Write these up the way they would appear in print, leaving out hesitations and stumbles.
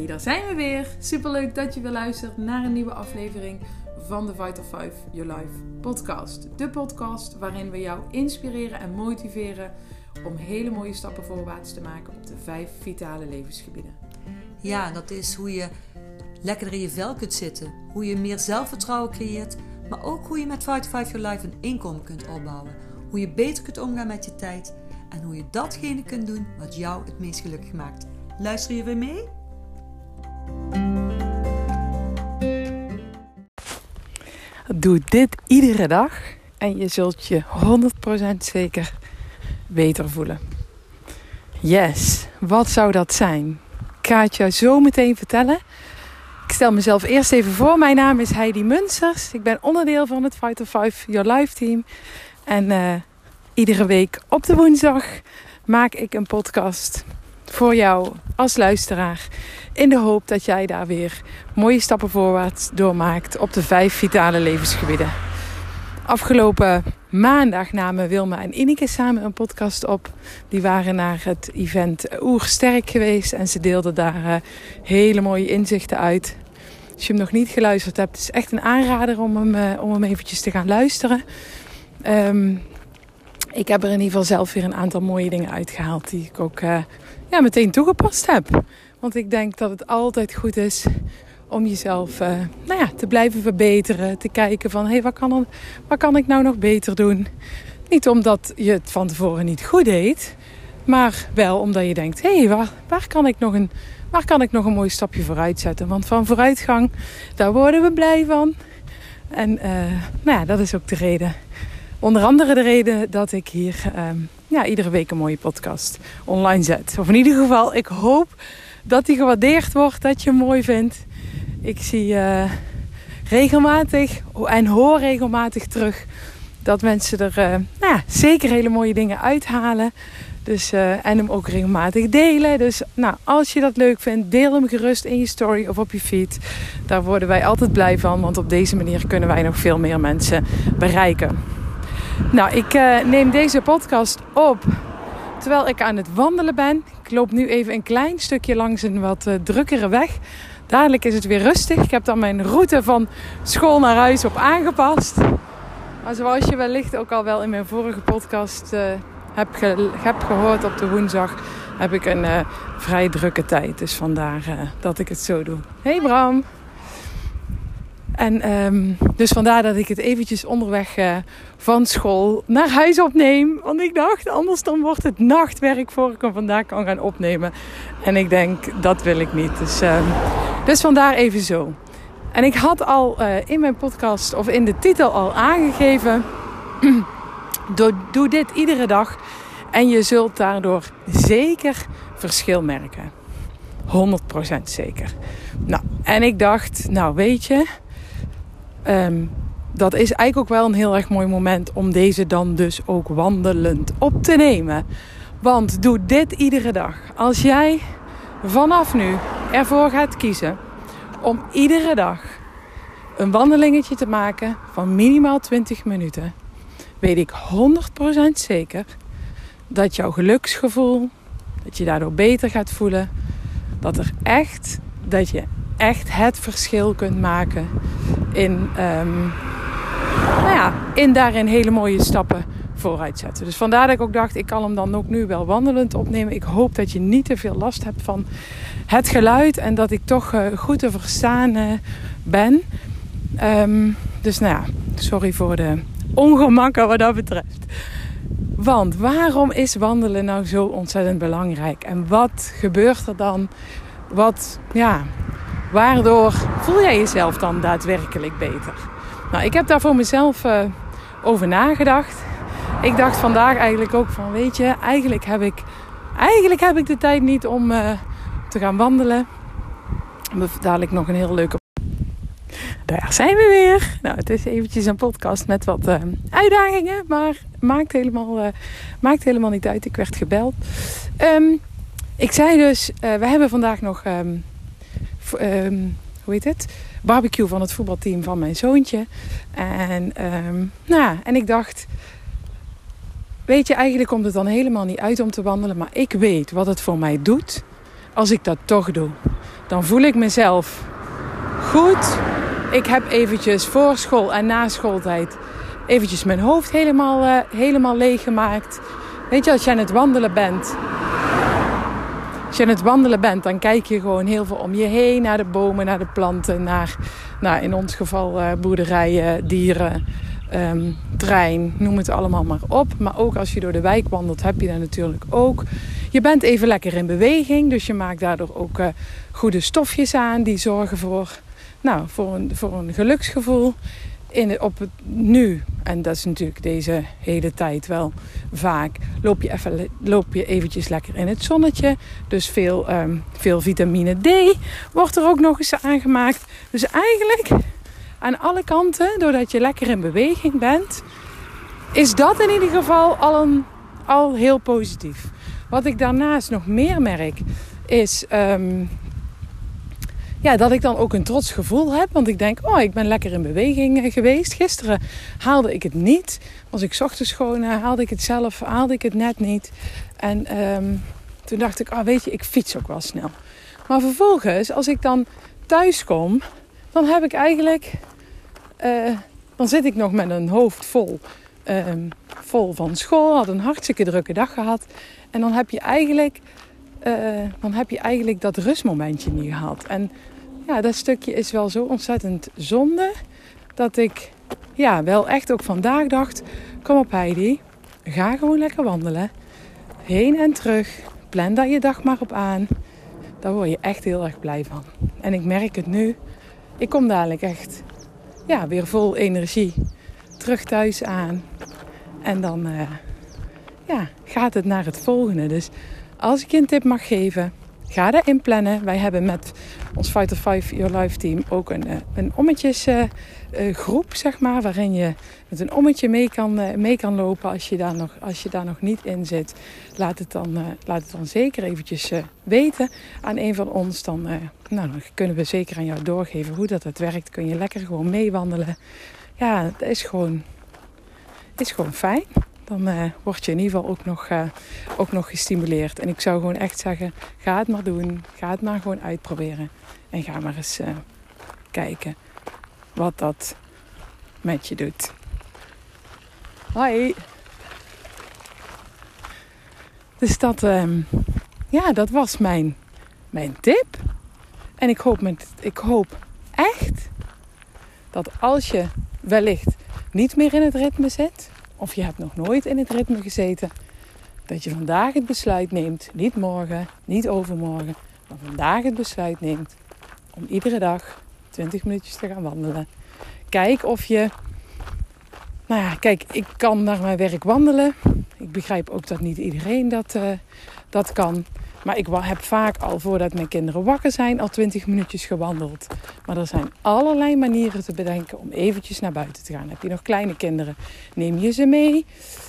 Hey, daar zijn we weer. Superleuk dat je weer luistert naar een nieuwe aflevering van de Vital 5 Your Life podcast. De podcast waarin we jou inspireren en motiveren om hele mooie stappen voorwaarts te maken op de 5 vitale levensgebieden. Ja, dat is hoe je lekkerder in je vel kunt zitten. Hoe je meer zelfvertrouwen creëert. Maar ook hoe je met Vital 5 Your Life een inkomen kunt opbouwen. Hoe je beter kunt omgaan met je tijd. En hoe je datgene kunt doen wat jou het meest gelukkig maakt. Luister je weer mee? Doe dit iedere dag en je zult je 100% zeker beter voelen. Yes, wat zou dat zijn? Ik ga het jou zo meteen vertellen. Ik stel mezelf eerst even voor. Mijn naam is Heidi Munsters. Ik ben onderdeel van het Vital 5 Your Life team. En iedere week op de woensdag maak ik een podcast voor jou als luisteraar. In de hoop dat jij daar weer mooie stappen voorwaarts doormaakt op de 5 vitale levensgebieden. Afgelopen maandag namen Wilma en Ineke samen een podcast op. Die waren naar het event Oersterk geweest en ze deelden daar hele mooie inzichten uit. Als je hem nog niet geluisterd hebt, is het echt een aanrader om hem eventjes te gaan luisteren. Ik heb er in ieder geval zelf weer een aantal mooie dingen uitgehaald die ik ook meteen toegepast heb. Want ik denk dat het altijd goed is om jezelf te blijven verbeteren. Te kijken van, wat kan ik nou nog beter doen? Niet omdat je het van tevoren niet goed deed. Maar wel omdat je denkt, waar kan ik nog een mooi stapje vooruit zetten? Want van vooruitgang, daar worden we blij van. En dat is ook de reden. Onder andere de reden dat ik hier iedere week een mooie podcast online zet. Of in ieder geval, ik hoop dat die gewaardeerd wordt, dat je hem mooi vindt. Ik zie regelmatig en hoor regelmatig terug dat mensen er zeker hele mooie dingen uithalen. Dus, en hem ook regelmatig delen. Dus als je dat leuk vindt, deel hem gerust in je story of op je feed. Daar worden wij altijd blij van, want op deze manier kunnen wij nog veel meer mensen bereiken. Ik neem deze podcast op terwijl ik aan het wandelen ben. Ik loop nu even een klein stukje langs een wat drukkere weg. Dadelijk is het weer rustig. Ik heb dan mijn route van school naar huis op aangepast. Maar zoals je wellicht ook al wel in mijn vorige podcast hebt gehoord op de woensdag, heb ik een vrij drukke tijd. Dus vandaar dat ik het zo doe. Hey Bram! En dus vandaar dat ik het eventjes onderweg van school naar huis opneem. Want ik dacht, anders dan wordt het nachtwerk voor ik hem vandaag kan gaan opnemen. En ik denk, dat wil ik niet. Dus vandaar even zo. En ik had al in mijn podcast of in de titel al aangegeven, doe dit iedere dag. En je zult daardoor zeker verschil merken. 100% zeker. En ik dacht, weet je, dat is eigenlijk ook wel een heel erg mooi moment om deze dan dus ook wandelend op te nemen. Want doe dit iedere dag. Als jij vanaf nu ervoor gaat kiezen om iedere dag een wandelingetje te maken van minimaal 20 minuten, weet ik 100% zeker dat jouw geluksgevoel, dat je daardoor beter gaat voelen, dat je echt het verschil kunt maken in daarin hele mooie stappen vooruit zetten. Dus vandaar dat ik ook dacht, ik kan hem dan ook nu wel wandelend opnemen. Ik hoop dat je niet te veel last hebt van het geluid en dat ik toch goed te verstaan ben. Sorry voor de ongemakken wat dat betreft. Want waarom is wandelen nou zo ontzettend belangrijk? En wat gebeurt er dan? Waardoor voel jij jezelf dan daadwerkelijk beter? Ik heb daar voor mezelf over nagedacht. Ik dacht vandaag eigenlijk ook van, weet je, eigenlijk heb ik de tijd niet om te gaan wandelen. Dadelijk nog een heel leuke. Daar zijn we weer. Het is eventjes een podcast met wat uitdagingen, maar maakt helemaal niet uit. Ik werd gebeld. Ik zei dus, we hebben vandaag nog barbecue van het voetbalteam van mijn zoontje. En ik dacht, weet je, eigenlijk komt het dan helemaal niet uit om te wandelen. Maar ik weet wat het voor mij doet als ik dat toch doe. dan voel ik mezelf goed. Ik heb eventjes voor school en na schooltijd eventjes mijn hoofd helemaal leeg gemaakt. Weet je, als je aan het wandelen bent, dan kijk je gewoon heel veel om je heen. Naar de bomen, naar de planten, naar in ons geval boerderijen, dieren, trein, noem het allemaal maar op. Maar ook als je door de wijk wandelt, heb je dat natuurlijk ook. Je bent even lekker in beweging, dus je maakt daardoor ook goede stofjes aan. Die zorgen voor een geluksgevoel. Op het nu, en dat is natuurlijk deze hele tijd wel vaak, loop je eventjes lekker in het zonnetje. Dus veel vitamine D wordt er ook nog eens aangemaakt. Dus eigenlijk aan alle kanten, doordat je lekker in beweging bent, is dat in ieder geval al heel positief. Wat ik daarnaast nog meer merk is dat ik dan ook een trots gevoel heb. Want ik denk, ik ben lekker in beweging geweest. Gisteren haalde ik het niet. Was ik 's ochtends gewoon, haalde ik het net niet. En toen dacht ik, weet je, ik fiets ook wel snel. Maar vervolgens, als ik dan thuis kom, dan heb ik eigenlijk, dan zit ik nog met een hoofd vol van school. Had een hartstikke drukke dag gehad. En dan heb je eigenlijk dat rustmomentje niet gehad. En ja, dat stukje is wel zo ontzettend zonde. Dat ik wel echt ook vandaag dacht, kom op Heidi, ga gewoon lekker wandelen. Heen en terug, plan daar je dag maar op aan. Daar word je echt heel erg blij van. En ik merk het nu. Ik kom dadelijk echt weer vol energie terug thuis aan. En dan gaat het naar het volgende. Dus als ik je een tip mag geven, ga daar inplannen. Wij hebben met ons Fighter 5 Your Life team ook een ommetjesgroep, zeg maar, waarin je met een ommetje mee kan lopen als je daar nog niet in zit. Laat het dan zeker eventjes weten aan een van ons. Dan kunnen we zeker aan jou doorgeven hoe dat werkt. Kun je lekker gewoon meewandelen. Ja, dat is gewoon fijn. Dan word je in ieder geval ook nog gestimuleerd. En ik zou gewoon echt zeggen, ga het maar doen. Ga het maar gewoon uitproberen. En ga maar eens kijken wat dat met je doet. Hoi. Dus dat was mijn tip. En ik hoop echt dat als je wellicht niet meer in het ritme zit, of je hebt nog nooit in het ritme gezeten, dat je vandaag het besluit neemt, niet morgen, niet overmorgen, maar vandaag het besluit neemt om iedere dag 20 minuutjes te gaan wandelen. Kijk of je, ik kan naar mijn werk wandelen. Ik begrijp ook dat niet iedereen dat kan. Maar ik heb vaak al voordat mijn kinderen wakker zijn al 20 minuutjes gewandeld. Maar er zijn allerlei manieren te bedenken om eventjes naar buiten te gaan. Heb je nog kleine kinderen, neem je ze mee.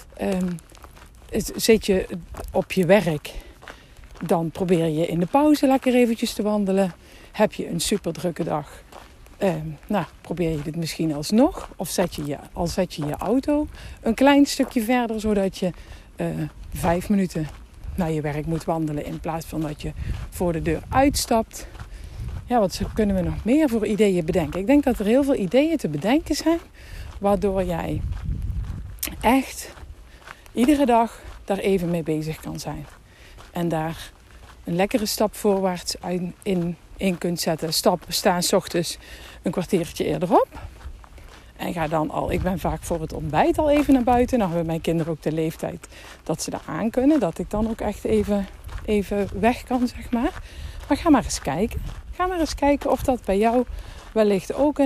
Zit je op je werk, dan probeer je in de pauze lekker eventjes te wandelen. Heb je een super drukke dag, probeer je dit misschien alsnog. Of zet je je auto een klein stukje verder, zodat je 5 minuten naar je werk moet wandelen in plaats van dat je voor de deur uitstapt. Ja, wat kunnen we nog meer voor ideeën bedenken? Ik denk dat er heel veel ideeën te bedenken zijn, waardoor jij echt iedere dag daar even mee bezig kan zijn. En daar een lekkere stap voorwaarts in kunt zetten. Staan 's ochtends een kwartiertje eerder op. En ga dan ik ben vaak voor het ontbijt al even naar buiten. Nou hebben mijn kinderen ook de leeftijd dat ze daar aan kunnen. Dat ik dan ook echt even weg kan, zeg maar. Maar ga maar eens kijken. Ga maar eens kijken of dat bij jou wellicht ook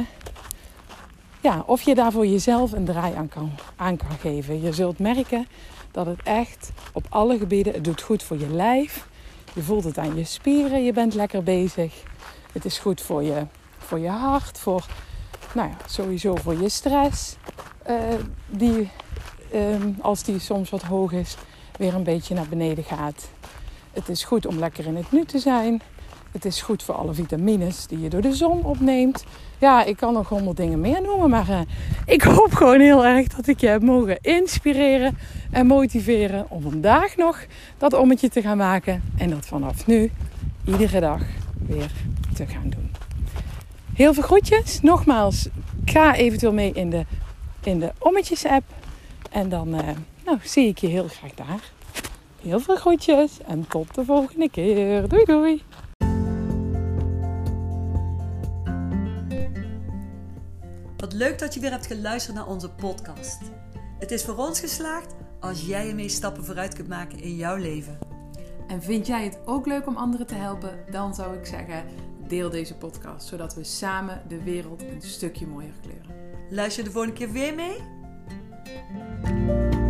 of je daar voor jezelf een draai aan kan geven. Je zult merken dat het echt op alle gebieden, het doet goed voor je lijf. Je voelt het aan je spieren, je bent lekker bezig. Het is goed voor je hart, sowieso voor je stress. Die, als die soms wat hoog is, weer een beetje naar beneden gaat. Het is goed om lekker in het nu te zijn. Het is goed voor alle vitamines die je door de zon opneemt. Ja, ik kan nog 100 dingen meer noemen. Maar ik hoop gewoon heel erg dat ik je heb mogen inspireren en motiveren om vandaag nog dat ommetje te gaan maken. En dat vanaf nu iedere dag weer te gaan doen. Heel veel groetjes. Nogmaals, ga eventueel mee in de Ommetjes app. En dan zie ik je heel graag daar. Heel veel groetjes en tot de volgende keer. Doei doei! Wat leuk dat je weer hebt geluisterd naar onze podcast. Het is voor ons geslaagd als jij ermee stappen vooruit kunt maken in jouw leven. En vind jij het ook leuk om anderen te helpen? Dan zou ik zeggen, deel deze podcast. Zodat we samen de wereld een stukje mooier kleuren. Luister je de volgende keer weer mee?